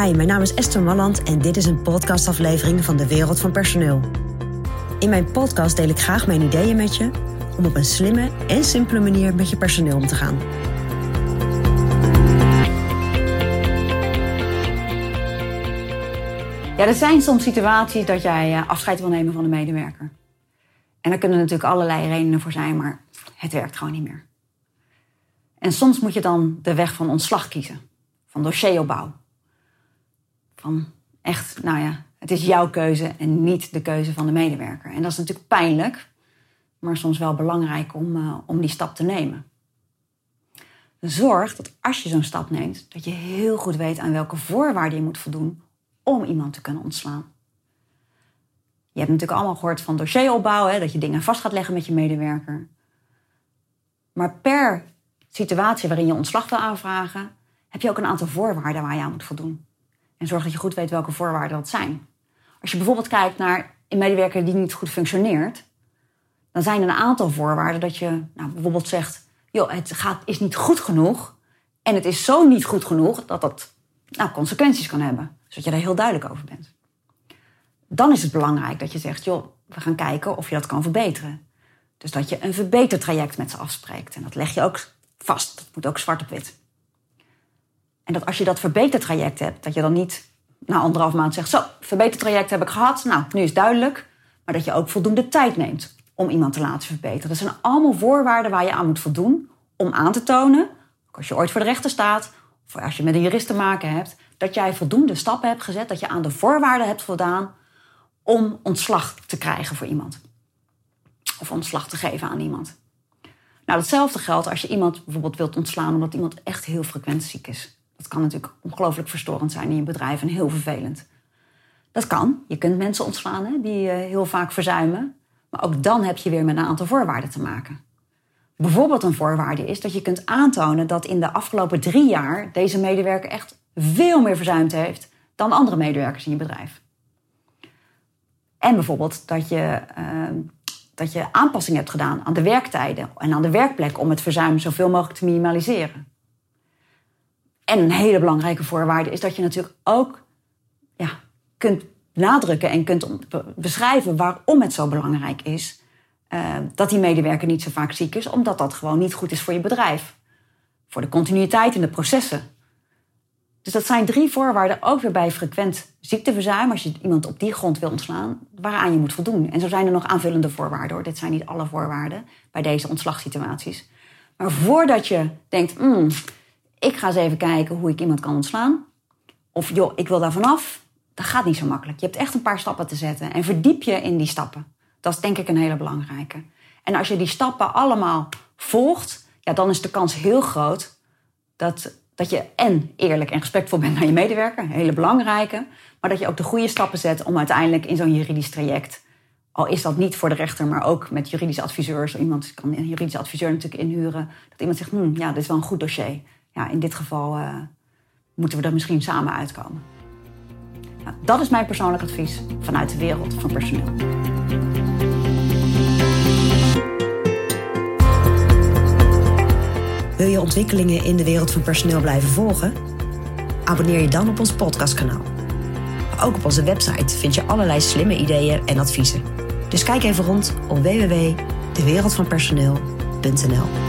Hi, mijn naam is Esther Malland en dit is een podcastaflevering van de Wereld van Personeel. In mijn podcast deel ik graag mijn ideeën met je om op een slimme en simpele manier met je personeel om te gaan. Ja, er zijn soms situaties dat jij afscheid wil nemen van een medewerker. En daar kunnen natuurlijk allerlei redenen voor zijn, maar het werkt gewoon niet meer. En soms moet je dan de weg van ontslag kiezen. Van dossieropbouw. Van echt, het is jouw keuze en niet de keuze van de medewerker. En dat is natuurlijk pijnlijk, maar soms wel belangrijk om die stap te nemen. Zorg dat als je zo'n stap neemt, dat je heel goed weet aan welke voorwaarden je moet voldoen om iemand te kunnen ontslaan. Je hebt natuurlijk allemaal gehoord van dossieropbouw, dat je dingen vast gaat leggen met je medewerker. Maar per situatie waarin je ontslag wil aanvragen, heb je ook een aantal voorwaarden waar je aan moet voldoen. En zorg dat je goed weet welke voorwaarden dat zijn. Als je bijvoorbeeld kijkt naar een medewerker die niet goed functioneert, dan zijn er een aantal voorwaarden dat je bijvoorbeeld zegt, het is niet goed genoeg en het is zo niet goed genoeg dat dat consequenties kan hebben. Zodat je daar heel duidelijk over bent. Dan is het belangrijk dat je zegt, we gaan kijken of je dat kan verbeteren. Dus dat je een verbetertraject met ze afspreekt. En dat leg je ook vast. Dat moet ook zwart op wit. En dat als je dat verbetertraject hebt, dat je dan niet na 1,5 maand zegt, verbetertraject heb ik gehad, nu is het duidelijk. Maar dat je ook voldoende tijd neemt om iemand te laten verbeteren. Dat zijn allemaal voorwaarden waar je aan moet voldoen om aan te tonen, ook als je ooit voor de rechter staat, of als je met een jurist te maken hebt, dat jij voldoende stappen hebt gezet, dat je aan de voorwaarden hebt voldaan om ontslag te krijgen voor iemand. Of ontslag te geven aan iemand. Hetzelfde geldt als je iemand bijvoorbeeld wilt ontslaan omdat iemand echt heel frequent ziek is. Dat kan natuurlijk ongelooflijk verstorend zijn in je bedrijf en heel vervelend. Dat kan. Je kunt mensen ontslaan die heel vaak verzuimen. Maar ook dan heb je weer met een aantal voorwaarden te maken. Bijvoorbeeld een voorwaarde is dat je kunt aantonen dat in de afgelopen 3 jaar deze medewerker echt veel meer verzuimd heeft dan andere medewerkers in je bedrijf. En bijvoorbeeld dat je aanpassingen hebt gedaan aan de werktijden en aan de werkplek om het verzuim zoveel mogelijk te minimaliseren. En een hele belangrijke voorwaarde is dat je natuurlijk ook kunt nadrukken en kunt beschrijven waarom het zo belangrijk is dat die medewerker niet zo vaak ziek is, omdat dat gewoon niet goed is voor je bedrijf. Voor de continuïteit in de processen. Dus dat zijn 3 voorwaarden, ook weer bij frequent ziekteverzuim, als je iemand op die grond wil ontslaan, waaraan je moet voldoen. En zo zijn er nog aanvullende voorwaarden hoor. Dit zijn niet alle voorwaarden bij deze ontslagsituaties. Maar voordat je denkt, ik ga eens even kijken hoe ik iemand kan ontslaan, of ik wil daar vanaf, dat gaat niet zo makkelijk. Je hebt echt een paar stappen te zetten en verdiep je in die stappen. Dat is denk ik een hele belangrijke. En als je die stappen allemaal volgt, dan is de kans heel groot dat je en eerlijk en respectvol bent naar je medewerker, een hele belangrijke, maar dat je ook de goede stappen zet om uiteindelijk in zo'n juridisch traject, al is dat niet voor de rechter, maar ook met juridische adviseurs, iemand kan een juridische adviseur natuurlijk inhuren, dat iemand zegt, dit is wel een goed dossier. Ja, in dit geval moeten we er misschien samen uitkomen. Dat is mijn persoonlijk advies vanuit de wereld van personeel. Wil je ontwikkelingen in de wereld van personeel blijven volgen? Abonneer je dan op ons podcastkanaal. Ook op onze website vind je allerlei slimme ideeën en adviezen. Dus kijk even rond op www.dewereldvanpersoneel.nl.